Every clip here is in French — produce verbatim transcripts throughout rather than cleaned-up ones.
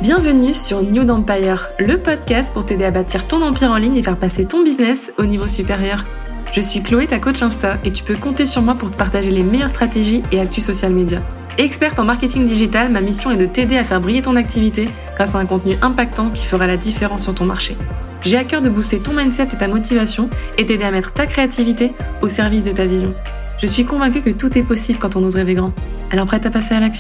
Bienvenue sur New Empire, le podcast pour t'aider à bâtir ton empire en ligne et faire passer ton business au niveau supérieur. Je suis Chloé, ta coach Insta, et tu peux compter sur moi pour te partager les meilleures stratégies et actus social media. Experte en marketing digital, ma mission est de t'aider à faire briller ton activité grâce à un contenu impactant qui fera la différence sur ton marché. J'ai à cœur de booster ton mindset et ta motivation et t'aider à mettre ta créativité au service de ta vision. Je suis convaincue que tout est possible quand on ose rêver grand. Alors prête à passer à l'action ?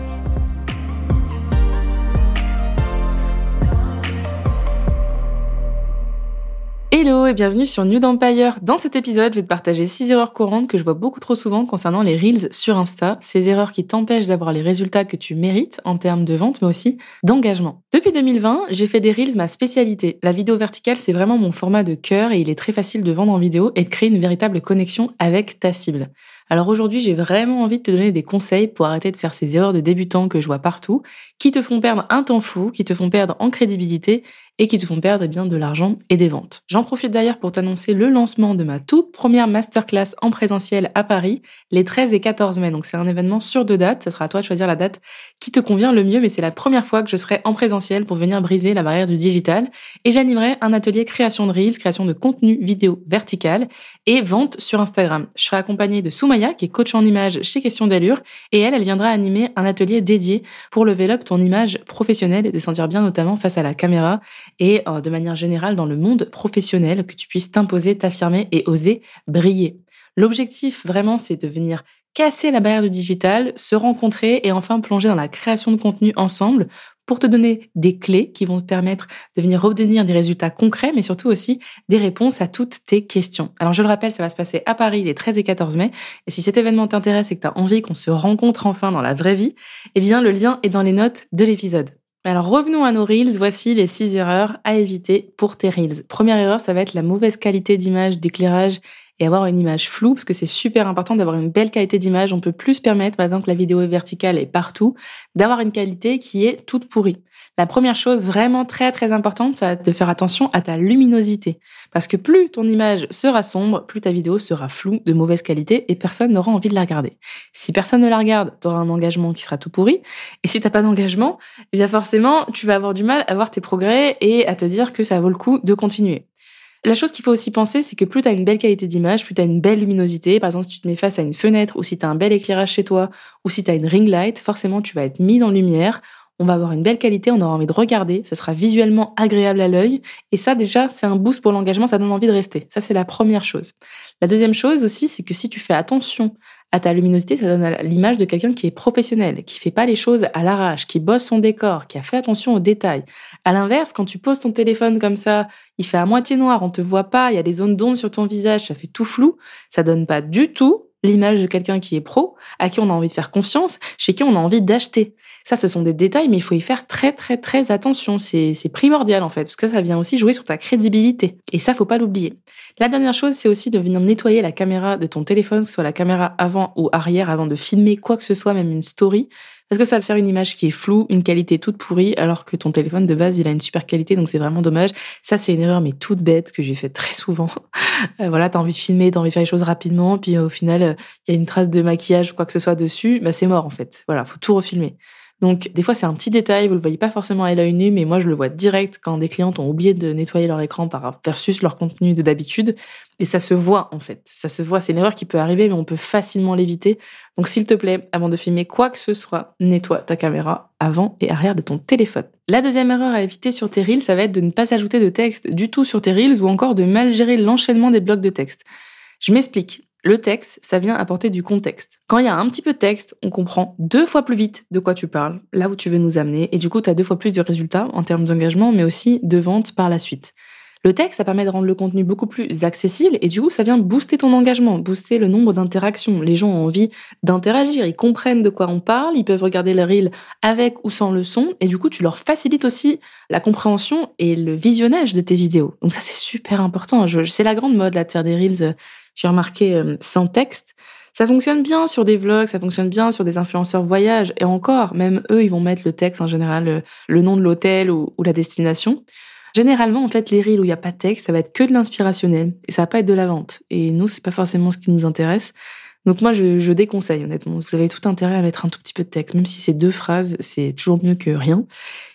Hello et bienvenue sur New Empire. Dans cet épisode, je vais te partager six erreurs courantes que je vois beaucoup trop souvent concernant les Reels sur Insta. Ces erreurs qui t'empêchent d'avoir les résultats que tu mérites en termes de vente, mais aussi d'engagement. Depuis deux mille vingt, j'ai fait des Reels ma spécialité. La vidéo verticale, c'est vraiment mon format de cœur et il est très facile de vendre en vidéo et de créer une véritable connexion avec ta cible. Alors aujourd'hui, j'ai vraiment envie de te donner des conseils pour arrêter de faire ces erreurs de débutants que je vois partout, qui te font perdre un temps fou, qui te font perdre en crédibilité et qui te font perdre eh bien, de l'argent et des ventes. J'en profite d'ailleurs pour t'annoncer le lancement de ma toute première masterclass en présentiel à Paris, les treize et quatorze mai. Donc c'est un événement sur deux dates, ça sera à toi de choisir la date qui te convient le mieux, mais c'est la première fois que je serai en présentiel pour venir briser la barrière du digital. Et j'animerai un atelier création de Reels, création de contenu vidéo vertical et vente sur Instagram. Je serai accompagnée de Soumaya, qui est coach en image chez Question d'Allure, et elle, elle viendra animer un atelier dédié pour lever up ton image professionnelle et de sentir bien notamment face à la caméra et euh, de manière générale dans le monde professionnel, que tu puisses t'imposer, t'affirmer et oser briller. L'objectif vraiment, c'est de venir casser la barrière du digital, se rencontrer et enfin plonger dans la création de contenu ensemble pour te donner des clés qui vont te permettre de venir obtenir des résultats concrets, mais surtout aussi des réponses à toutes tes questions. Alors je le rappelle, ça va se passer à Paris les treize et quatorze mai, et si cet événement t'intéresse et que tu as envie qu'on se rencontre enfin dans la vraie vie, eh bien le lien est dans les notes de l'épisode. Alors revenons à nos Reels, voici les six erreurs à éviter pour tes Reels. Première erreur, ça va être la mauvaise qualité d'image, d'éclairage et avoir une image floue, parce que c'est super important d'avoir une belle qualité d'image. On peut plus se permettre, par exemple, la vidéo verticale est partout, d'avoir une qualité qui est toute pourrie. La première chose vraiment très très importante, ça va être de faire attention à ta luminosité. Parce que plus ton image sera sombre, plus ta vidéo sera floue, de mauvaise qualité, et personne n'aura envie de la regarder. Si personne ne la regarde, tu auras un engagement qui sera tout pourri. Et si t'as pas d'engagement, eh bien forcément, tu vas avoir du mal à voir tes progrès et à te dire que ça vaut le coup de continuer. La chose qu'il faut aussi penser, c'est que plus tu as une belle qualité d'image, plus tu as une belle luminosité. Par exemple, si tu te mets face à une fenêtre ou si tu as un bel éclairage chez toi ou si tu as une ring light, forcément, tu vas être mise en lumière. On va avoir une belle qualité, on aura envie de regarder, ça sera visuellement agréable à l'œil. Et ça, déjà, c'est un boost pour l'engagement, ça donne envie de rester. Ça, c'est la première chose. La deuxième chose aussi, c'est que si tu fais attention à ta luminosité, ça donne l'image de quelqu'un qui est professionnel, qui fait pas les choses à l'arrache, qui bosse son décor, qui a fait attention aux détails. À l'inverse, quand tu poses ton téléphone comme ça, il fait à moitié noir, on te voit pas, il y a des zones d'ombre sur ton visage, ça fait tout flou, ça donne pas du tout l'image de quelqu'un qui est pro, à qui on a envie de faire confiance, chez qui on a envie d'acheter. Ça, ce sont des détails, mais il faut y faire très, très, très attention. C'est, c'est primordial, en fait, parce que ça, ça vient aussi jouer sur ta crédibilité. Et ça, faut pas l'oublier. La dernière chose, c'est aussi de venir nettoyer la caméra de ton téléphone, que ce soit la caméra avant ou arrière, avant de filmer quoi que ce soit, même une story. Parce que ça va faire une image qui est floue, une qualité toute pourrie, alors que ton téléphone de base, il a une super qualité, donc c'est vraiment dommage. Ça, c'est une erreur, mais toute bête, que j'ai fait très souvent. euh, voilà, t'as envie de filmer, t'as envie de faire les choses rapidement, puis euh, au final, il euh, y a une trace de maquillage ou quoi que ce soit dessus, bah c'est mort en fait. Voilà, faut tout refilmer. Donc, des fois, c'est un petit détail, vous le voyez pas forcément à l'œil nu, mais moi, je le vois direct quand des clientes ont oublié de nettoyer leur écran par versus leur contenu de d'habitude. Et ça se voit, en fait. Ça se voit. C'est une erreur qui peut arriver, mais on peut facilement l'éviter. Donc, s'il te plaît, avant de filmer quoi que ce soit, nettoie ta caméra avant et arrière de ton téléphone. La deuxième erreur à éviter sur tes Reels, ça va être de ne pas ajouter de texte du tout sur tes Reels ou encore de mal gérer l'enchaînement des blocs de texte. Je m'explique. Le texte, ça vient apporter du contexte. Quand il y a un petit peu de texte, on comprend deux fois plus vite de quoi tu parles, là où tu veux nous amener, et du coup, tu as deux fois plus de résultats en termes d'engagement, mais aussi de vente par la suite. Le texte, ça permet de rendre le contenu beaucoup plus accessible, et du coup, ça vient booster ton engagement, booster le nombre d'interactions. Les gens ont envie d'interagir, ils comprennent de quoi on parle, ils peuvent regarder le reel avec ou sans le son, et du coup, tu leur facilites aussi la compréhension et le visionnage de tes vidéos. Donc ça, c'est super important. Je, c'est la grande mode, là, de faire des reels, j'ai remarqué, euh, sans texte. Ça fonctionne bien sur des vlogs, ça fonctionne bien sur des influenceurs voyage. Et encore, même eux, ils vont mettre le texte en général, le, le nom de l'hôtel ou, ou la destination. Généralement, en fait, les reels où il n'y a pas de texte, ça va être que de l'inspirationnel. Et ça va pas être de la vente. Et nous, c'est pas forcément ce qui nous intéresse. Donc moi, je, je déconseille, honnêtement. Vous avez tout intérêt à mettre un tout petit peu de texte. Même si c'est deux phrases, c'est toujours mieux que rien.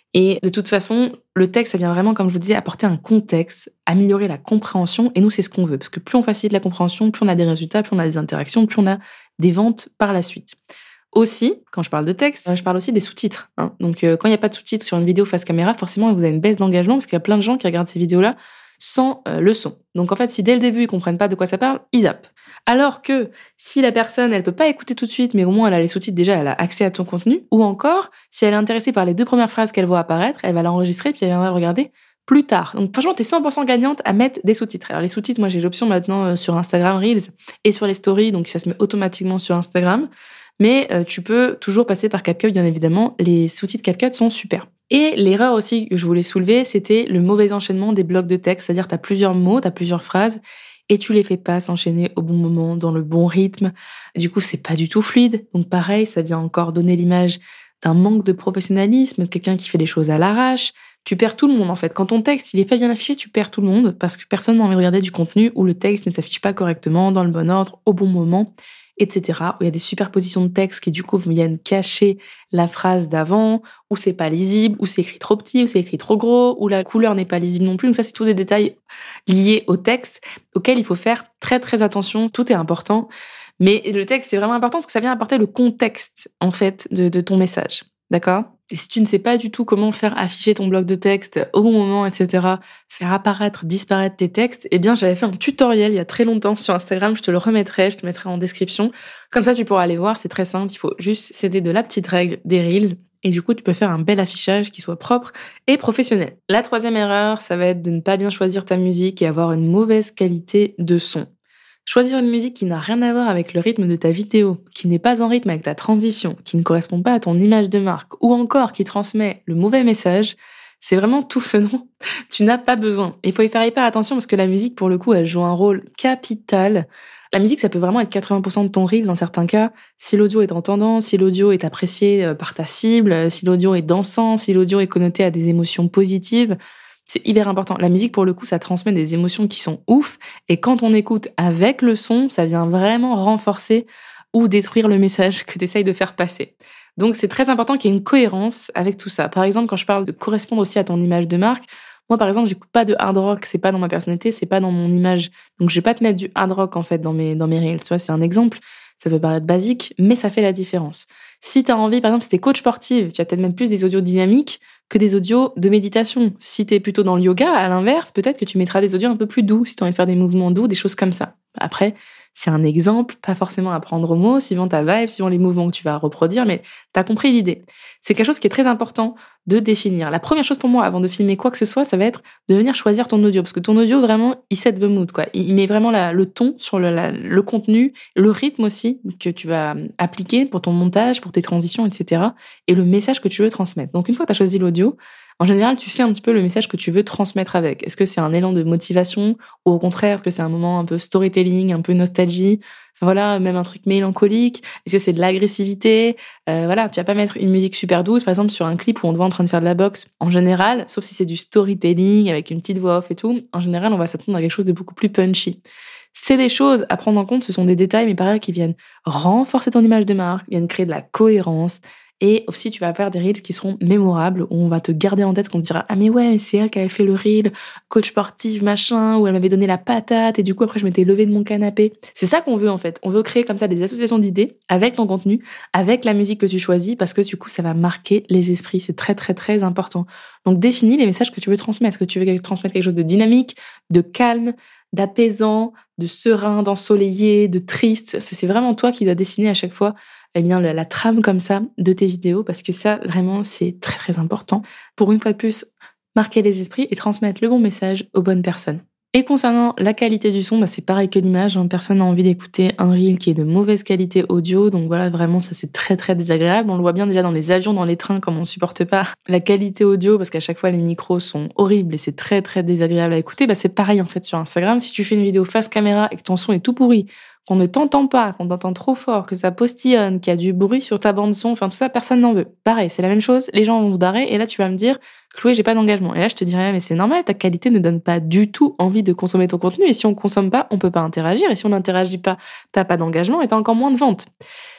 Et de toute façon, le texte, ça vient vraiment, comme je vous disais, apporter un contexte, améliorer la compréhension. Et nous, c'est ce qu'on veut. Parce que plus on facilite la compréhension, plus on a des résultats, plus on a des interactions, plus on a des ventes par la suite. Aussi, quand je parle de texte, je parle aussi des sous-titres. Hein. Donc, euh, quand il n'y a pas de sous-titres sur une vidéo face caméra, forcément, vous avez une baisse d'engagement parce qu'il y a plein de gens qui regardent ces vidéos-là sans euh, le son. Donc, en fait, si dès le début, ils comprennent pas de quoi ça parle, ils zappent. Alors que si la personne, elle peut pas écouter tout de suite, mais au moins elle a les sous-titres déjà, elle a accès à ton contenu, ou encore, si elle est intéressée par les deux premières phrases qu'elle voit apparaître, elle va l'enregistrer puis elle viendra le regarder plus tard. Donc franchement, t'es cent pour cent gagnante à mettre des sous-titres. Alors les sous-titres, moi j'ai l'option maintenant euh, sur Instagram Reels et sur les stories, donc ça se met automatiquement sur Instagram. Mais euh, tu peux toujours passer par CapCut, bien évidemment. Les sous-titres CapCut sont super. Et l'erreur aussi que je voulais soulever, c'était le mauvais enchaînement des blocs de texte. C'est-à-dire, t'as plusieurs mots, t'as plusieurs phrases, et tu les fais pas s'enchaîner au bon moment, dans le bon rythme. Du coup, c'est pas du tout fluide. Donc pareil, ça vient encore donner l'image d'un manque de professionnalisme, quelqu'un qui fait les choses à l'arrache. Tu perds tout le monde, en fait. Quand ton texte, il est pas bien affiché, tu perds tout le monde, parce que personne n'a envie de regarder du contenu où le texte ne s'affiche pas correctement, dans le bon ordre, au bon moment, et cetera. Où il y a des superpositions de texte qui, du coup, viennent cacher la phrase d'avant, où c'est pas lisible, où c'est écrit trop petit, où c'est écrit trop gros, où la couleur n'est pas lisible non plus. Donc ça, c'est tous des détails liés au texte auxquels il faut faire très, très attention. Tout est important. Mais le texte, c'est vraiment important parce que ça vient apporter le contexte, en fait, de, de ton message. D'accord ? Et si tu ne sais pas du tout comment faire afficher ton bloc de texte au bon moment, et cetera, faire apparaître, disparaître tes textes, eh bien, j'avais fait un tutoriel il y a très longtemps sur Instagram, je te le remettrai, je te le mettrai en description. Comme ça, tu pourras aller voir, c'est très simple, il faut juste s'aider de la petite règle des Reels. Et du coup, tu peux faire un bel affichage qui soit propre et professionnel. La troisième erreur, ça va être de ne pas bien choisir ta musique et avoir une mauvaise qualité de son. Choisir une musique qui n'a rien à voir avec le rythme de ta vidéo, qui n'est pas en rythme avec ta transition, qui ne correspond pas à ton image de marque, ou encore qui transmet le mauvais message, c'est vraiment tout ce dont tu n'as pas besoin. Il faut y faire hyper attention parce que la musique, pour le coup, elle joue un rôle capital. La musique, ça peut vraiment être quatre-vingts pour cent de ton reel dans certains cas. Si l'audio est en tendance, si l'audio est apprécié par ta cible, si l'audio est dansant, si l'audio est connoté à des émotions positives, c'est hyper important. La musique, pour le coup, ça transmet des émotions qui sont ouf. Et quand on écoute avec le son, ça vient vraiment renforcer ou détruire le message que tu essayes de faire passer. Donc, c'est très important qu'il y ait une cohérence avec tout ça. Par exemple, quand je parle de correspondre aussi à ton image de marque, moi, par exemple, j'écoute pas de hard rock. C'est pas dans ma personnalité, c'est pas dans mon image. Donc, je vais pas te mettre du hard rock, en fait, dans mes, dans mes reels. Tu vois, c'est un exemple. Ça peut paraître basique, mais ça fait la différence. Si tu as envie, par exemple, si t'es coach sportive, tu as peut-être même plus des audios dynamiques que des audios de méditation. Si t'es plutôt dans le yoga, à l'inverse, peut-être que tu mettras des audios un peu plus doux, si t'as envie de faire des mouvements doux, des choses comme ça. Après, c'est un exemple, pas forcément à prendre au mot, suivant ta vibe, suivant les mouvements que tu vas reproduire, mais t'as compris l'idée. C'est quelque chose qui est très important de définir. La première chose pour moi, avant de filmer quoi que ce soit, ça va être de venir choisir ton audio, parce que ton audio, vraiment, il set the mood, quoi. Il met vraiment la, le ton sur le, la, le contenu, le rythme aussi que tu vas appliquer pour ton montage, pour tes transitions, et cetera, et le message que tu veux transmettre. Donc, une fois que tu as choisi l'audio, en général, tu sais un petit peu le message que tu veux transmettre avec. Est-ce que c'est un élan de motivation ou au contraire, est-ce que c'est un moment un peu storytelling, un peu nostalgie, enfin, voilà, même un truc mélancolique? Est-ce que c'est de l'agressivité? euh, Voilà, tu vas pas mettre une musique super douce, par exemple, sur un clip où on te voit en train de faire de la boxe. En général, sauf si c'est du storytelling avec une petite voix off et tout, en général, on va s'attendre à quelque chose de beaucoup plus punchy. C'est des choses à prendre en compte, ce sont des détails, mais pareil, qui viennent renforcer ton image de marque, viennent créer de la cohérence. Et aussi, tu vas faire des reels qui seront mémorables, où on va te garder en tête, qu'on te dira « Ah mais ouais, mais c'est elle qui avait fait le reel, coach sportif, machin, où elle m'avait donné la patate, et du coup, après, je m'étais levée de mon canapé. » C'est ça qu'on veut, en fait. On veut créer comme ça des associations d'idées avec ton contenu, avec la musique que tu choisis, parce que du coup, ça va marquer les esprits. C'est très, très, très important. Donc, définis les messages que tu veux transmettre. Que tu veux transmettre quelque chose de dynamique, de calme, d'apaisant, de serein, d'ensoleillé, de triste. C'est vraiment toi qui dois dessiner à chaque fois eh bien, la, la trame comme ça de tes vidéos, parce que ça, vraiment, c'est très, très important pour, une fois de plus, marquer les esprits et transmettre le bon message aux bonnes personnes. Et concernant la qualité du son, bah c'est pareil que l'image, hein. Personne n'a envie d'écouter un reel qui est de mauvaise qualité audio, donc voilà, vraiment, ça c'est très très désagréable. On le voit bien déjà dans les avions, dans les trains, comme on supporte pas la qualité audio, parce qu'à chaque fois les micros sont horribles et c'est très très désagréable à écouter. Bah c'est pareil en fait sur Instagram, si tu fais une vidéo face caméra et que ton son est tout pourri, qu'on ne t'entend pas, qu'on t'entend trop fort, que ça postillonne, qu'il y a du bruit sur ta bande son, enfin tout ça, personne n'en veut. Pareil, c'est la même chose, les gens vont se barrer, et là tu vas me dire, Chloé, j'ai pas d'engagement. Et là je te dirais, mais c'est normal, ta qualité ne donne pas du tout envie de consommer ton contenu, et si on consomme pas, on peut pas interagir, et si on n'interagit pas, t'as pas d'engagement, et t'as encore moins de ventes.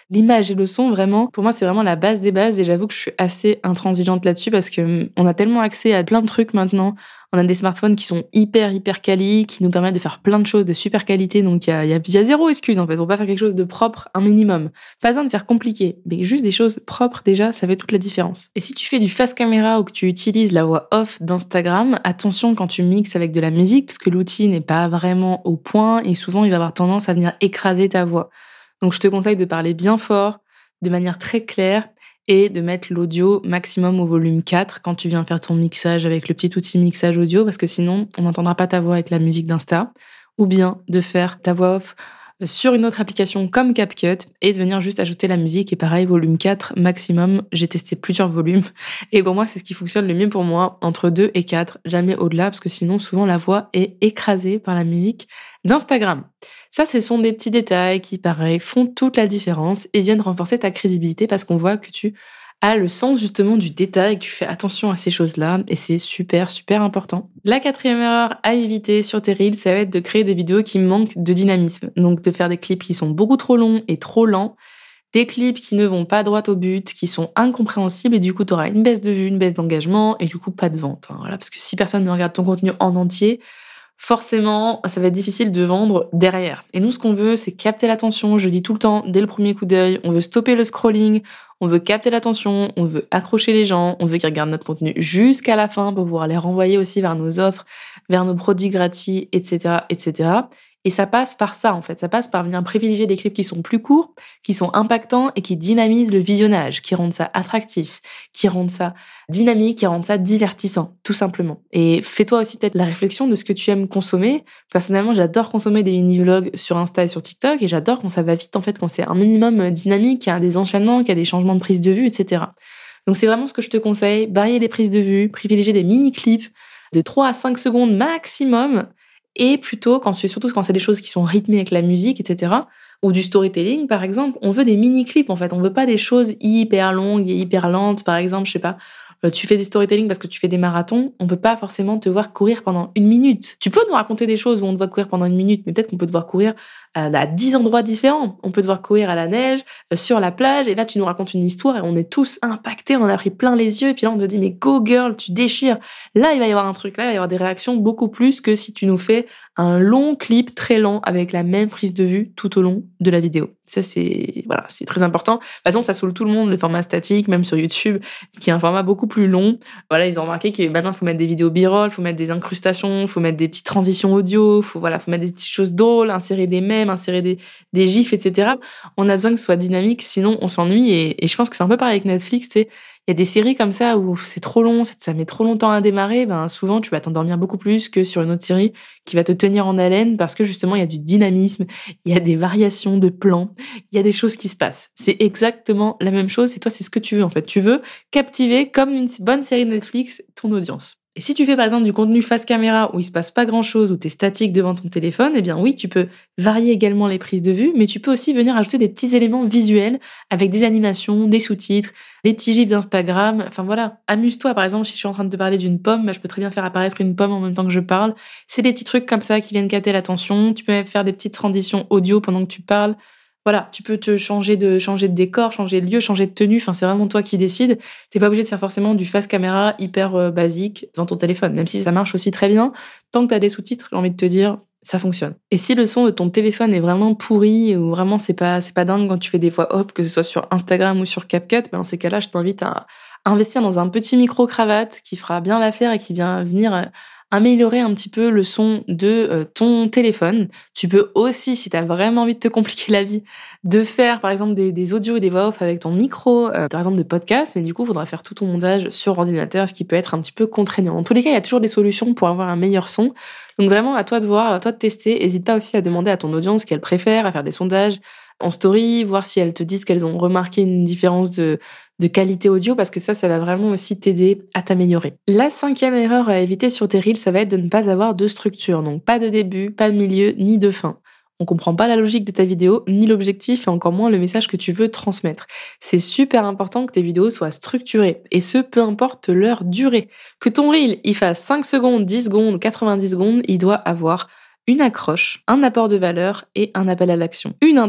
L'image et le son, vraiment, pour moi, c'est vraiment la base des bases et j'avoue que je suis assez intransigeante là-dessus parce que hum, on a tellement accès à plein de trucs maintenant. On a des smartphones qui sont hyper, hyper quali, qui nous permettent de faire plein de choses de super qualité. Donc, il y a, y, a, y a zéro excuse, en fait. On va faire quelque chose de propre, un minimum. Pas besoin de faire compliqué, mais juste des choses propres, déjà, ça fait toute la différence. Et si tu fais du face caméra ou que tu utilises la voix off d'Instagram, attention quand tu mixes avec de la musique, parce que l'outil n'est pas vraiment au point et souvent, il va avoir tendance à venir écraser ta voix. Donc, je te conseille de parler bien fort, de manière très claire, et de mettre l'audio maximum au volume quatre quand tu viens faire ton mixage avec le petit outil mixage audio, parce que sinon, on n'entendra pas ta voix avec la musique d'Insta. Ou bien de faire ta voix off sur une autre application comme CapCut et de venir juste ajouter la musique. Et pareil, volume quatre maximum. J'ai testé plusieurs volumes. Et pour moi, c'est ce qui fonctionne le mieux pour moi, entre deux et quatre, jamais au-delà, parce que sinon, souvent, la voix est écrasée par la musique d'Instagram. Ça, ce sont des petits détails qui, pareil, font toute la différence et viennent renforcer ta crédibilité parce qu'on voit que tu as le sens justement du détail, que tu fais attention à ces choses-là et c'est super, super important. La quatrième erreur à éviter sur tes reels, ça va être de créer des vidéos qui manquent de dynamisme. Donc, de faire des clips qui sont beaucoup trop longs et trop lents, des clips qui ne vont pas droit au but, qui sont incompréhensibles et du coup, tu auras une baisse de vue, une baisse d'engagement et du coup, pas de vente. Hein, voilà, parce que si personne ne regarde ton contenu en entier, forcément, ça va être difficile de vendre derrière. Et nous, ce qu'on veut, c'est capter l'attention. Je dis tout le temps, dès le premier coup d'œil, on veut stopper le scrolling, on veut capter l'attention, on veut accrocher les gens, on veut qu'ils regardent notre contenu jusqu'à la fin pour pouvoir les renvoyer aussi vers nos offres, vers nos produits gratuits, et cetera, et cetera. Et ça passe par ça, en fait. Ça passe par venir privilégier des clips qui sont plus courts, qui sont impactants et qui dynamisent le visionnage, qui rendent ça attractif, qui rendent ça dynamique, qui rendent ça divertissant, tout simplement. Et fais-toi aussi peut-être la réflexion de ce que tu aimes consommer. Personnellement, j'adore consommer des mini-vlogs sur Insta et sur TikTok et j'adore quand ça va vite, en fait, quand c'est un minimum dynamique, qu'il y a des enchaînements, qu'il y a des changements de prise de vue, et cetera. Donc c'est vraiment ce que je te conseille. Varier les prises de vue, privilégier des mini-clips de trois à cinq secondes maximum. Et plutôt, quand c'est, surtout quand c'est des choses qui sont rythmées avec la musique, et cetera, ou du storytelling, par exemple, on veut des mini-clips, en fait. On veut pas des choses hyper longues et hyper lentes. Par exemple, je sais pas, tu fais du storytelling parce que tu fais des marathons, on peut pas forcément te voir courir pendant une minute. Tu peux nous raconter des choses où on te voit courir pendant une minute, mais peut-être qu'on peut te voir courir à dix endroits différents. On peut te voir courir à la neige, sur la plage, et là, tu nous racontes une histoire et on est tous impactés, on en a pris plein les yeux, et puis là, on te dit, mais go girl, tu déchires. Là, il va y avoir un truc, là, il va y avoir des réactions beaucoup plus que si tu nous fais un long clip très lent avec la même prise de vue tout au long de la vidéo. Ça, c'est, voilà, c'est très important. De toute façon, ça saoule tout le monde, le format statique, même sur YouTube, qui est un format beaucoup plus long. Voilà, ils ont remarqué que maintenant, il faut mettre des vidéos b-roll, il faut mettre des incrustations, il faut mettre des petites transitions audio, faut, voilà, faut mettre des petites choses drôles, insérer des mèmes, insérer des, des gifs, et cetera. On a besoin que ce soit dynamique, sinon on s'ennuie. Et, et je pense que c'est un peu pareil avec Netflix, tu sais. Il y a des séries comme ça où c'est trop long, ça met trop longtemps à démarrer, ben souvent tu vas t'endormir beaucoup plus que sur une autre série qui va te tenir en haleine parce que justement il y a du dynamisme, il y a des variations de plans, il y a des choses qui se passent. C'est exactement la même chose et toi c'est ce que tu veux en fait. Tu veux captiver comme une bonne série de Netflix ton audience. Et si tu fais par exemple du contenu face caméra où il se passe pas grand chose, où t'es statique devant ton téléphone, eh bien oui, tu peux varier également les prises de vue, mais tu peux aussi venir ajouter des petits éléments visuels avec des animations, des sous-titres, des petits gifs d'Instagram. Enfin voilà, amuse-toi. Par exemple, si je suis en train de te parler d'une pomme, bah, je peux très bien faire apparaître une pomme en même temps que je parle. C'est des petits trucs comme ça qui viennent capter l'attention. Tu peux même faire des petites transitions audio pendant que tu parles. Voilà, tu peux te changer de changer de décor, changer de lieu, changer de tenue. Enfin, c'est vraiment toi qui décides. T'es pas obligé de faire forcément du face caméra hyper euh, basique devant ton téléphone, même si ça marche aussi très bien. Tant que t'as des sous-titres, j'ai envie de te dire, ça fonctionne. Et si le son de ton téléphone est vraiment pourri ou vraiment c'est pas c'est pas dingue quand tu fais des voix off, que ce soit sur Instagram ou sur CapCut, ben dans ces cas-là, je t'invite à investir dans un petit micro cravate qui fera bien l'affaire et qui vient venir euh, améliorer un petit peu le son de euh, ton téléphone. Tu peux aussi, si tu as vraiment envie de te compliquer la vie, de faire par exemple des, des audios et des voix off avec ton micro, euh, par exemple de podcast, mais du coup, il faudra faire tout ton montage sur ordinateur, ce qui peut être un petit peu contraignant. En tous les cas, il y a toujours des solutions pour avoir un meilleur son. Donc vraiment, à toi de voir, à toi de tester. N'hésite pas aussi à demander à ton audience ce qu'elle préfère, à faire des sondages en story, voir si elles te disent qu'elles ont remarqué une différence de, de qualité audio, parce que ça, ça va vraiment aussi t'aider à t'améliorer. La cinquième erreur à éviter sur tes reels, ça va être de ne pas avoir de structure. Donc pas de début, pas de milieu, ni de fin. On comprend pas la logique de ta vidéo, ni l'objectif, et encore moins le message que tu veux transmettre. C'est super important que tes vidéos soient structurées, et ce, peu importe leur durée. Que ton reel, il fasse cinq secondes, dix secondes, quatre-vingt-dix secondes, il doit avoir une accroche, un apport de valeur et un appel à l'action. Une intro,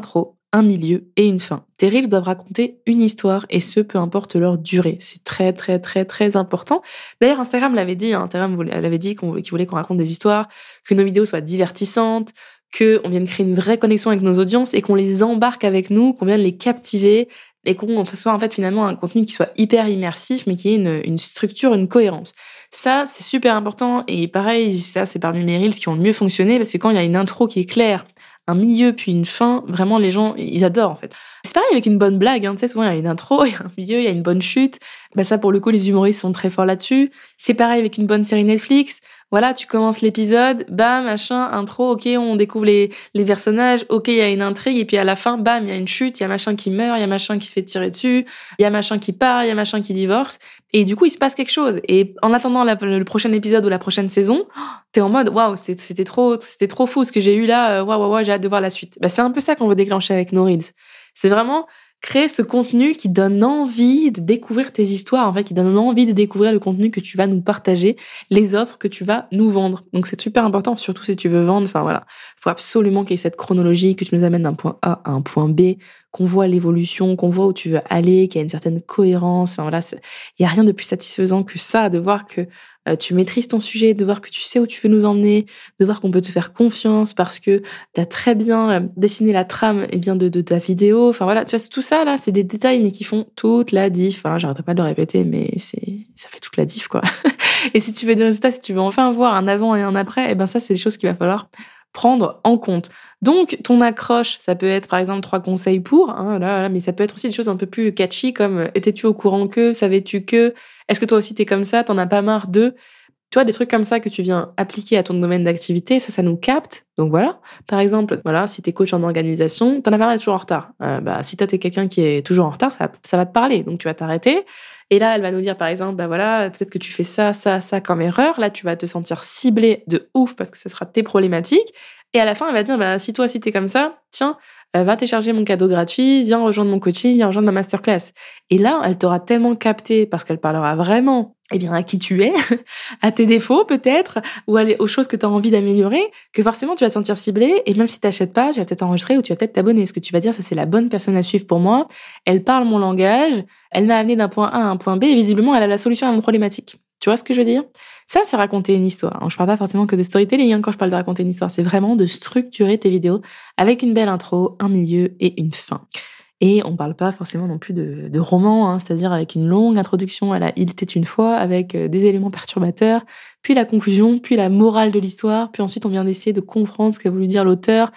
un milieu et une fin. Tes reels doivent raconter une histoire et ce, peu importe leur durée. C'est très, très, très, très important. D'ailleurs, Instagram l'avait dit, hein, Instagram l'avait dit qu'on, qu'il voulait qu'on raconte des histoires, que nos vidéos soient divertissantes, qu'on vienne créer une vraie connexion avec nos audiences et qu'on les embarque avec nous, qu'on vienne les captiver et qu'on soit en fait finalement un contenu qui soit hyper immersif mais qui ait une, une structure, une cohérence. Ça, c'est super important et pareil, ça c'est parmi mes reels qui ont le mieux fonctionné parce que quand il y a une intro qui est claire, un milieu puis une fin, vraiment les gens, ils adorent en fait. C'est pareil avec une bonne blague, hein, tu sais, souvent il y a une intro, il y a un milieu, il y a une bonne chute. Bah ça pour le coup, les humoristes sont très forts là-dessus. C'est pareil avec une bonne série Netflix. Voilà, tu commences l'épisode, bam, machin, intro, ok, on découvre les, les personnages, ok, il y a une intrigue, et puis à la fin, bam, il y a une chute, il y a machin qui meurt, il y a machin qui se fait tirer dessus, il y a machin qui part, il y a machin qui divorce, et du coup, il se passe quelque chose. Et en attendant la, le prochain épisode ou la prochaine saison, t'es en mode, waouh, c'était trop, c'était trop fou ce que j'ai eu là, waouh, waouh, waouh, j'ai hâte de voir la suite. Bah, c'est un peu ça qu'on veut déclencher avec nos Reels. C'est vraiment créer ce contenu qui donne envie de découvrir tes histoires, en fait, qui donne envie de découvrir le contenu que tu vas nous partager, les offres que tu vas nous vendre. Donc c'est super important, surtout si tu veux vendre. Enfin voilà, il faut absolument qu'il y ait cette chronologie, que tu nous amènes d'un point A à un point B, qu'on voit l'évolution, qu'on voit où tu veux aller, qu'il y a une certaine cohérence. Enfin voilà, il y a rien de plus satisfaisant que ça, de voir que euh, tu maîtrises ton sujet, de voir que tu sais où tu veux nous emmener, de voir qu'on peut te faire confiance parce que tu as très bien euh, dessiné la trame et bien de, de ta vidéo. Enfin voilà, tu vois, tout ça là, c'est des détails mais qui font toute la diff. Enfin, j'arrêterai pas de le répéter, mais c'est ça fait toute la diff quoi. Et si tu veux des résultats, si tu veux enfin voir un avant et un après, eh ben ça c'est des choses qu'il va falloir prendre en compte. Donc, ton accroche, ça peut être, par exemple, trois conseils pour, hein, là, là, mais ça peut être aussi des choses un peu plus catchy, comme étais-tu au courant que, savais-tu que, est-ce que toi aussi t'es comme ça, t'en as pas marre de, tu vois, des trucs comme ça que tu viens appliquer à ton domaine d'activité, ça, ça nous capte. Donc voilà. Par exemple, voilà, si t'es coach en organisation, t'en as pas marre d'être toujours en retard. Euh, bah, si toi t'es quelqu'un qui est toujours en retard, ça, ça va te parler. Donc tu vas t'arrêter. Et là, elle va nous dire, par exemple, bah voilà, peut-être que tu fais ça, ça, ça comme erreur. Là, tu vas te sentir ciblé de ouf parce que ce sera tes problématiques. Et à la fin, elle va dire, bah, si toi, si t'es comme ça, tiens, euh, va télécharger mon cadeau gratuit, viens rejoindre mon coaching, viens rejoindre ma masterclass. Et là, elle t'aura tellement capté parce qu'elle parlera vraiment, eh bien, à qui tu es, à tes défauts peut-être, ou aux choses que tu as envie d'améliorer, que forcément tu vas te sentir ciblé, et même si t'achètes pas, tu vas peut-être enregistrer ou tu vas peut-être t'abonner, parce que tu vas dire, ça c'est la bonne personne à suivre pour moi, elle parle mon langage, elle m'a amené d'un point A à un point B, et visiblement elle a la solution à mon problématique. Tu vois ce que je veux dire? Ça, c'est raconter une histoire. Je parle pas forcément que de storytelling hein, quand je parle de raconter une histoire, c'est vraiment de structurer tes vidéos avec une belle intro, un milieu et une fin. Et on parle pas forcément non plus de, de roman, hein, c'est-à-dire avec une longue introduction à la Il était une fois, avec des éléments perturbateurs, puis la conclusion, puis la morale de l'histoire, puis ensuite on vient d'essayer de comprendre ce qu'a voulu dire l'auteur.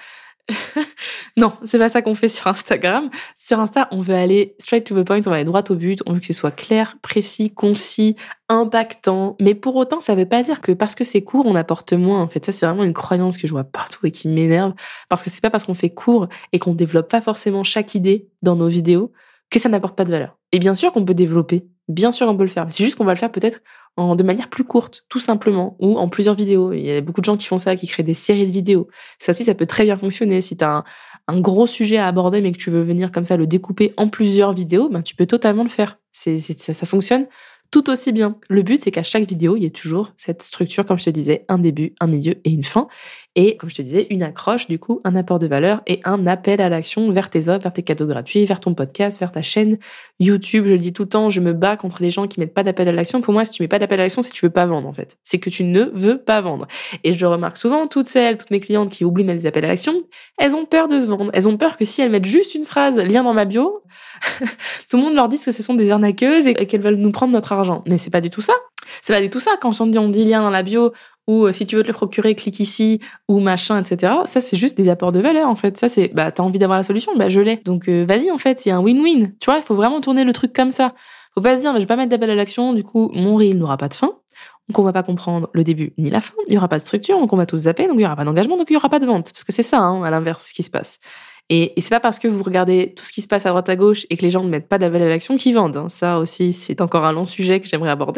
Non, c'est pas ça qu'on fait sur Instagram. Sur Insta, on veut aller straight to the point, on va aller droit au but, on veut que ce soit clair, précis, concis, impactant. Mais pour autant, ça veut pas dire que parce que c'est court, on apporte moins. En fait, ça, c'est vraiment une croyance que je vois partout et qui m'énerve. Parce que c'est pas parce qu'on fait court et qu'on développe pas forcément chaque idée dans nos vidéos que ça n'apporte pas de valeur. Et bien sûr qu'on peut développer, bien sûr qu'on peut le faire. C'est juste qu'on va le faire peut-être en, de manière plus courte, tout simplement, ou en plusieurs vidéos. Il y a beaucoup de gens qui font ça, qui créent des séries de vidéos. Ça aussi, ça peut très bien fonctionner. Si tu as un, un gros sujet à aborder, mais que tu veux venir comme ça le découper en plusieurs vidéos, ben, tu peux totalement le faire. C'est, c'est, ça, ça fonctionne tout aussi bien. Le but, c'est qu'à chaque vidéo, il y ait toujours cette structure, comme je te disais, un début, un milieu et une fin. Et comme je te disais, une accroche, du coup, un apport de valeur et un appel à l'action vers tes offres, vers tes cadeaux gratuits, vers ton podcast, vers ta chaîne YouTube. Je le dis tout le temps, je me bats contre les gens qui mettent pas d'appel à l'action. Pour moi, si tu mets pas d'appel à l'action, c'est que tu veux pas vendre, en fait. C'est que tu ne veux pas vendre. Et je le remarque souvent, toutes celles, toutes mes clientes qui oublient de mettre des appels à l'action, elles ont peur de se vendre. Elles ont peur que si elles mettent juste une phrase, lien dans ma bio, tout le monde leur dise que ce sont des arnaqueuses et qu'elles veulent nous prendre notre argent. Mais c'est pas du tout ça. C'est pas du tout ça. Quand on dit, on dit lien dans la bio, ou si tu veux te le procurer, clique ici, ou machin, et cetera. Ça, c'est juste des apports de valeur, en fait. Ça, c'est, bah, t'as envie d'avoir la solution, bah, je l'ai. Donc, euh, vas-y, en fait, il y a un win-win. Tu vois, il faut vraiment tourner le truc comme ça. Faut pas se dire, bah, je vais pas mettre d'appel à l'action, du coup, mon reel n'aura pas de fin. Donc, on va pas comprendre le début ni la fin. Il y aura pas de structure, donc on va tous zapper, donc il y aura pas d'engagement, donc il y aura pas de vente. Parce que c'est ça, hein, à l'inverse, ce qui se passe. Et, et c'est pas parce que vous regardez tout ce qui se passe à droite à gauche et que les gens ne mettent pas d'appel à l'action qu'ils vendent. Hein. Ça aussi, c'est encore un long sujet que j'aimerais aborder.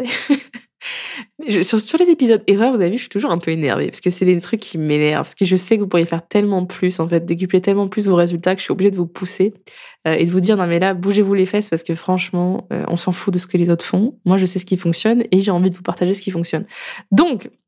Je, sur, sur les épisodes erreurs, vous avez vu, je suis toujours un peu énervée parce que c'est des trucs qui m'énervent. Parce que je sais que vous pourriez faire tellement plus, en fait, décupler tellement plus vos résultats que je suis obligée de vous pousser euh, et de vous dire non mais là, bougez-vous les fesses parce que franchement, euh, on s'en fout de ce que les autres font. Moi, je sais ce qui fonctionne et j'ai envie de vous partager ce qui fonctionne. Donc,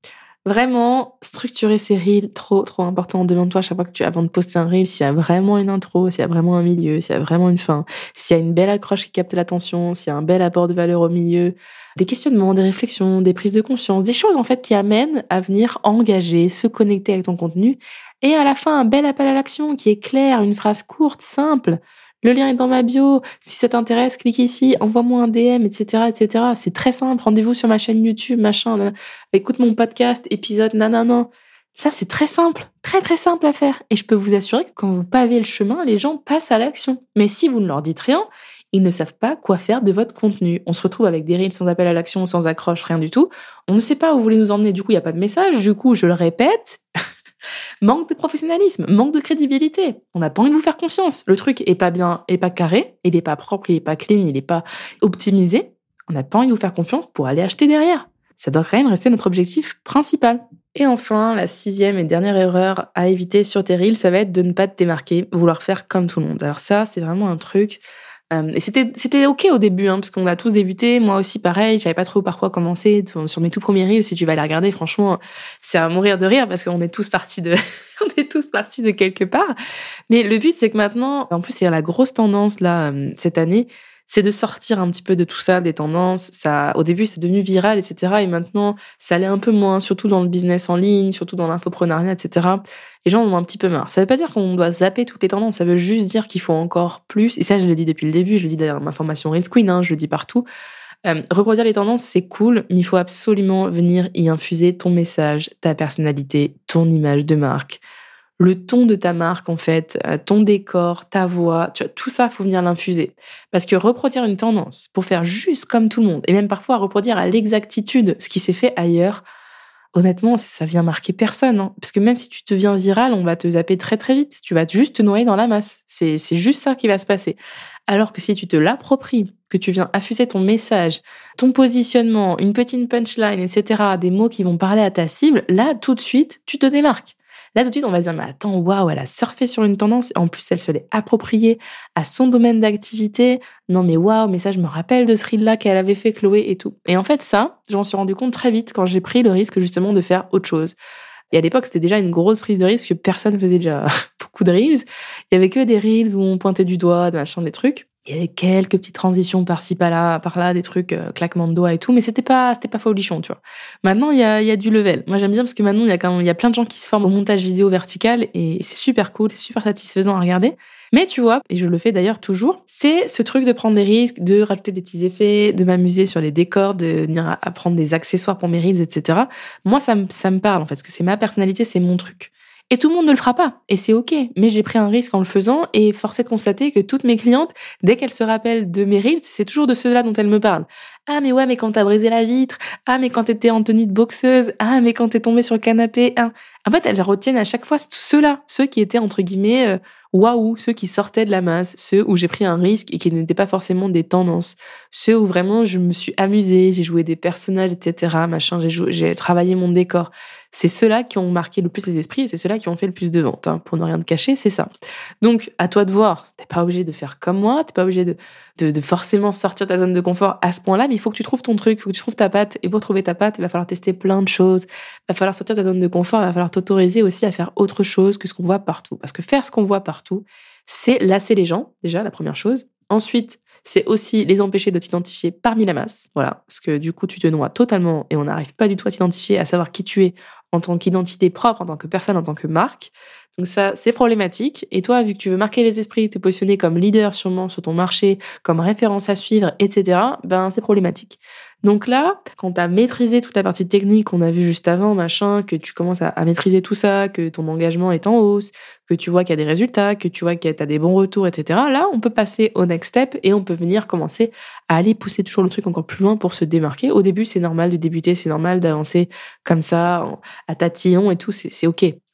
Vraiment, structurer ses reels, trop, trop important. Demande-toi à chaque fois que tu, avant de poster un reel, s'il y a vraiment une intro, s'il y a vraiment un milieu, s'il y a vraiment une fin, s'il y a une belle accroche qui capte l'attention, s'il y a un bel apport de valeur au milieu, des questionnements, des réflexions, des prises de conscience, des choses, en fait, qui amènent à venir engager, se connecter avec ton contenu. Et à la fin, un bel appel à l'action qui est clair, une phrase courte, simple. Le lien est dans ma bio. Si ça t'intéresse, clique ici, envoie-moi un D M, et cetera, et cetera. C'est très simple. Rendez-vous sur ma chaîne YouTube, machin. Écoute mon podcast, épisode, nanana. Ça, c'est très simple. Très, très simple à faire. Et je peux vous assurer que quand vous pavez le chemin, les gens passent à l'action. Mais si vous ne leur dites rien, ils ne savent pas quoi faire de votre contenu. On se retrouve avec des reels sans appel à l'action, sans accroche, rien du tout. On ne sait pas où vous voulez nous emmener. Du coup, il n'y a pas de message. Du coup, je le répète. Manque de professionnalisme, manque de crédibilité. On n'a pas envie de vous faire confiance. Le truc est pas bien, est pas carré, il est pas propre, il est pas clean, il est pas optimisé. On n'a pas envie de vous faire confiance pour aller acheter derrière. Ça doit quand même rester notre objectif principal. Et enfin, la sixième et dernière erreur à éviter sur tes reels, ça va être de ne pas te démarquer, vouloir faire comme tout le monde. Alors ça, c'est vraiment un truc... Euh, et c'était c'était ok au début, hein, parce qu'on a tous débuté. Moi aussi, pareil, j'avais pas trop par quoi commencer. Sur mes tout premiers reels, si tu vas les regarder, franchement, c'est à mourir de rire parce qu'on est tous partis de, on est tous partis de quelque part. Mais le but, c'est que maintenant, en plus, c'est la grosse tendance là cette année, c'est de sortir un petit peu de tout ça, des tendances. Ça, au début, c'est devenu viral, et cetera. Et maintenant, ça allait un peu moins, surtout dans le business en ligne, surtout dans l'infoprenariat, et cetera. Les gens en ont un petit peu marre. Ça veut pas dire qu'on doit zapper toutes les tendances. Ça veut juste dire qu'il faut encore plus. Et ça, je le dis depuis le début. Je le dis dans ma formation Reels Queen, hein, je le dis partout. Euh, reproduire les tendances, c'est cool, mais il faut absolument venir y infuser ton message, ta personnalité, ton image de marque. Le ton de ta marque, en fait, ton décor, ta voix, tu vois, tout ça, faut venir l'infuser. Parce que reproduire une tendance pour faire juste comme tout le monde, et même parfois reproduire à l'exactitude ce qui s'est fait ailleurs, honnêtement, ça vient marquer personne. Hein. Parce que même si tu deviens viral, on va te zapper très très vite. Tu vas juste te noyer dans la masse. C'est, c'est juste ça qui va se passer. Alors que si tu te l'appropries, que tu viens affuser ton message, ton positionnement, une petite punchline, et cetera, des mots qui vont parler à ta cible, là, tout de suite, tu te démarques. Là, tout de suite, on va se dire, mais attends, waouh, elle a surfé sur une tendance. En plus, elle se l'est appropriée à son domaine d'activité. Non, mais waouh, mais ça, je me rappelle de ce reel-là qu'elle avait fait, Chloé, et tout. Et en fait, ça, j'en suis rendu compte très vite quand j'ai pris le risque, justement, de faire autre chose. Et à l'époque, c'était déjà une grosse prise de risque que personne faisait déjà beaucoup de reels. Il y avait que des reels où on pointait du doigt, des machins, des trucs. Il y avait quelques petites transitions par-ci, par-là, par-là, des trucs, euh, claquements de doigts et tout, mais c'était pas, c'était pas folichon, tu vois. Maintenant, il y a, il y a du level. Moi, j'aime bien parce que maintenant, il y a quand même, il y a plein de gens qui se forment au montage vidéo vertical et c'est super cool, c'est super satisfaisant à regarder. Mais tu vois, et je le fais d'ailleurs toujours, c'est ce truc de prendre des risques, de rajouter des petits effets, de m'amuser sur les décors, de venir apprendre des accessoires pour mes reels, et cetera. Moi, ça me, ça me parle, en fait, parce que c'est ma personnalité, c'est mon truc. Et tout le monde ne le fera pas. Et c'est ok. Mais j'ai pris un risque en le faisant et force est de constater que toutes mes clientes, dès qu'elles se rappellent de mes reels, c'est toujours de ceux-là dont elles me parlent. Ah, mais ouais, mais quand t'as brisé la vitre. Ah, mais quand t'étais en tenue de boxeuse. Ah, mais quand t'es tombée sur le canapé. Ah. En fait, elles retiennent à chaque fois ceux-là. Ceux qui étaient, entre guillemets, euh, waouh, ceux qui sortaient de la masse. Ceux où j'ai pris un risque et qui n'étaient pas forcément des tendances. Ceux où vraiment je me suis amusée, j'ai joué des personnages, et cetera. Machin, j'ai, joué, j'ai travaillé mon décor. C'est ceux-là qui ont marqué le plus les esprits et c'est ceux-là qui ont fait le plus de ventes. Hein. Pour ne rien te cacher, c'est ça. Donc, à toi de voir. T'es pas obligé de faire comme moi. T'es pas obligé de, de, de forcément sortir de ta zone de confort à ce point-là, mais il faut que tu trouves ton truc, il faut que tu trouves ta patte. Et pour trouver ta patte, il va falloir tester plein de choses. Il va falloir sortir de ta zone de confort. Il va falloir t'autoriser aussi à faire autre chose que ce qu'on voit partout. Parce que faire ce qu'on voit partout, c'est lasser les gens, déjà, la première chose. Ensuite, c'est aussi les empêcher de t'identifier parmi la masse. Voilà. Parce que du coup, tu te noies totalement et on n'arrive pas du tout à t'identifier, à savoir qui tu es en tant qu'identité propre, en tant que personne, en tant que marque. Donc ça, c'est problématique. Et toi, vu que tu veux marquer les esprits, te positionner comme leader sûrement sur ton marché, comme référence à suivre, et cetera, ben c'est problématique. Donc là, quand tu as maîtrisé toute la partie technique qu'on a vue juste avant, machin, que tu commences à, à maîtriser tout ça, que ton engagement est en hausse, que tu vois qu'il y a des résultats, que tu vois que tu as des bons retours, et cetera, là, on peut passer au next step et on peut venir commencer à aller pousser toujours le truc encore plus loin pour se démarquer. Au début, c'est normal de débuter, c'est normal d'avancer comme ça, à tatillon et tout, c'est, c'est ok.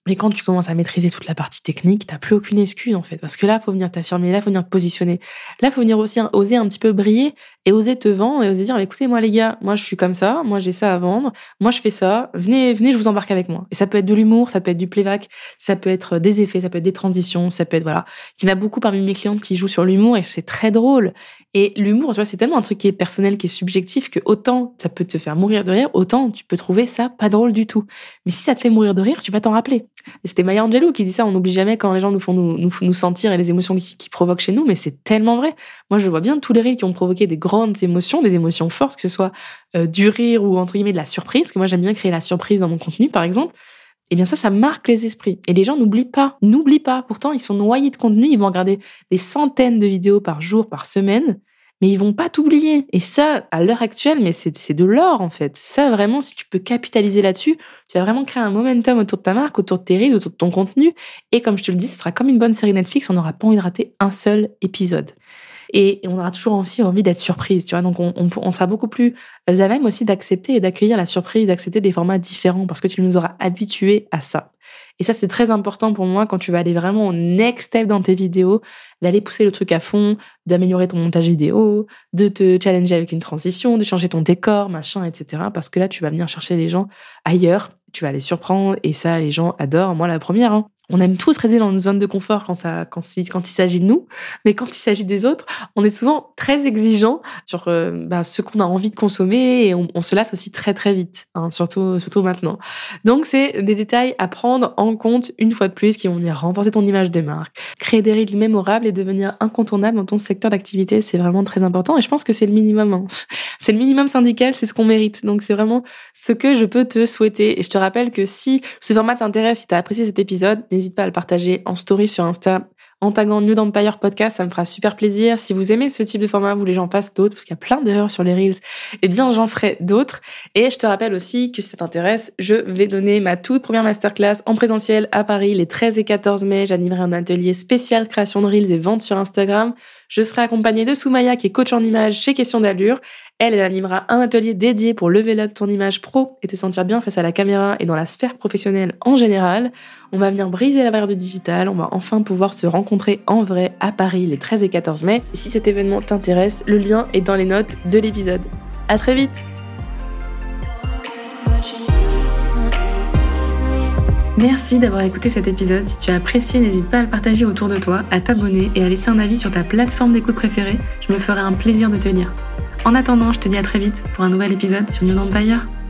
Mais quand tu commences à maîtriser toute la partie technique, t'as plus aucune excuse en fait. Parce que là, faut venir t'affirmer, là, faut venir te positionner. Là, faut venir aussi oser un petit peu briller et oser te vendre et oser dire, écoutez, moi les gars, moi je suis comme ça, moi j'ai ça à vendre, moi je fais ça, venez, venez, je vous embarque avec moi. Et ça peut être de l'humour, ça peut être du playback, ça peut être des effets, ça peut être des transitions, ça peut être, voilà. Il y en a beaucoup parmi mes clientes qui jouent sur l'humour et c'est très drôle. Et l'humour, tu vois, c'est tellement un truc qui est personnel, qui est subjectif que autant ça peut te faire mourir de rire, autant tu peux trouver ça pas drôle du tout. Mais si ça te fait mourir de rire, tu vas t'en rappeler. Et c'était Maya Angelou qui dit ça, on n'oublie jamais quand les gens nous font nous, nous, nous sentir et les émotions qui, qui provoquent chez nous, mais c'est tellement vrai. Moi, je vois bien tous les reels qui ont provoqué des grandes émotions, des émotions fortes, que ce soit euh, du rire ou entre guillemets de la surprise, parce que moi j'aime bien créer la surprise dans mon contenu, par exemple. Eh bien ça, ça marque les esprits. Et les gens n'oublient pas, n'oublient pas. Pourtant, ils sont noyés de contenu, ils vont regarder des centaines de vidéos par jour, par semaine, mais ils vont pas t'oublier. Et ça, à l'heure actuelle, mais c'est, c'est de l'or, en fait. Ça, vraiment, si tu peux capitaliser là-dessus, tu vas vraiment créer un momentum autour de ta marque, autour de tes reels, autour de ton contenu. Et comme je te le dis, ce sera comme une bonne série Netflix, on n'aura pas envie de rater un seul épisode. Et on aura toujours aussi envie d'être surprise, tu vois. Donc, on, on, on sera beaucoup plus à même aussi d'accepter et d'accueillir la surprise, d'accepter des formats différents parce que tu nous auras habitués à ça. Et ça, c'est très important pour moi quand tu vas aller vraiment au next step dans tes vidéos, d'aller pousser le truc à fond, d'améliorer ton montage vidéo, de te challenger avec une transition, de changer ton décor, machin, et cetera. Parce que là, tu vas venir chercher les gens ailleurs, tu vas les surprendre et ça, les gens adorent. Moi, la première, hein. On aime tous rester dans une zone de confort quand ça, quand, quand il s'agit de nous, mais quand il s'agit des autres, on est souvent très exigeant sur euh, bah, ce qu'on a envie de consommer et on, on se lasse aussi très très vite, hein, surtout surtout maintenant. Donc c'est des détails à prendre en compte une fois de plus qui vont venir renforcer ton image de marque, créer des reels mémorables et devenir incontournable dans ton secteur d'activité, c'est vraiment très important et je pense que c'est le minimum. Hein. C'est le minimum syndical, c'est ce qu'on mérite. Donc c'est vraiment ce que je peux te souhaiter. Et je te rappelle que si ce format t'intéresse, si tu as apprécié cet épisode, n'hésite pas à le partager en story sur Insta en taguant Nude Empire Podcast, ça me fera super plaisir. Si vous aimez ce type de format, vous voulez que j'en fasse d'autres, parce qu'il y a plein d'erreurs sur les Reels, eh bien j'en ferai d'autres. Et je te rappelle aussi que si ça t'intéresse, je vais donner ma toute première masterclass en présentiel à Paris les treize et quatorze mai. J'animerai un atelier spécial création de Reels et vente sur Instagram. Je serai accompagnée de Soumaya, qui est coach en image chez Question d'Allure. Elle, elle animera un atelier dédié pour level up ton image pro et te sentir bien face à la caméra et dans la sphère professionnelle en général. On va venir briser la barrière du digital. On va enfin pouvoir se rencontrer en vrai à Paris les treize et quatorze mai. Et si cet événement t'intéresse, le lien est dans les notes de l'épisode. À très vite! Merci d'avoir écouté cet épisode. Si tu as apprécié, n'hésite pas à le partager autour de toi, à t'abonner et à laisser un avis sur ta plateforme d'écoute préférée. Je me ferai un plaisir de te lire. En attendant, je te dis à très vite pour un nouvel épisode sur Nude Empire.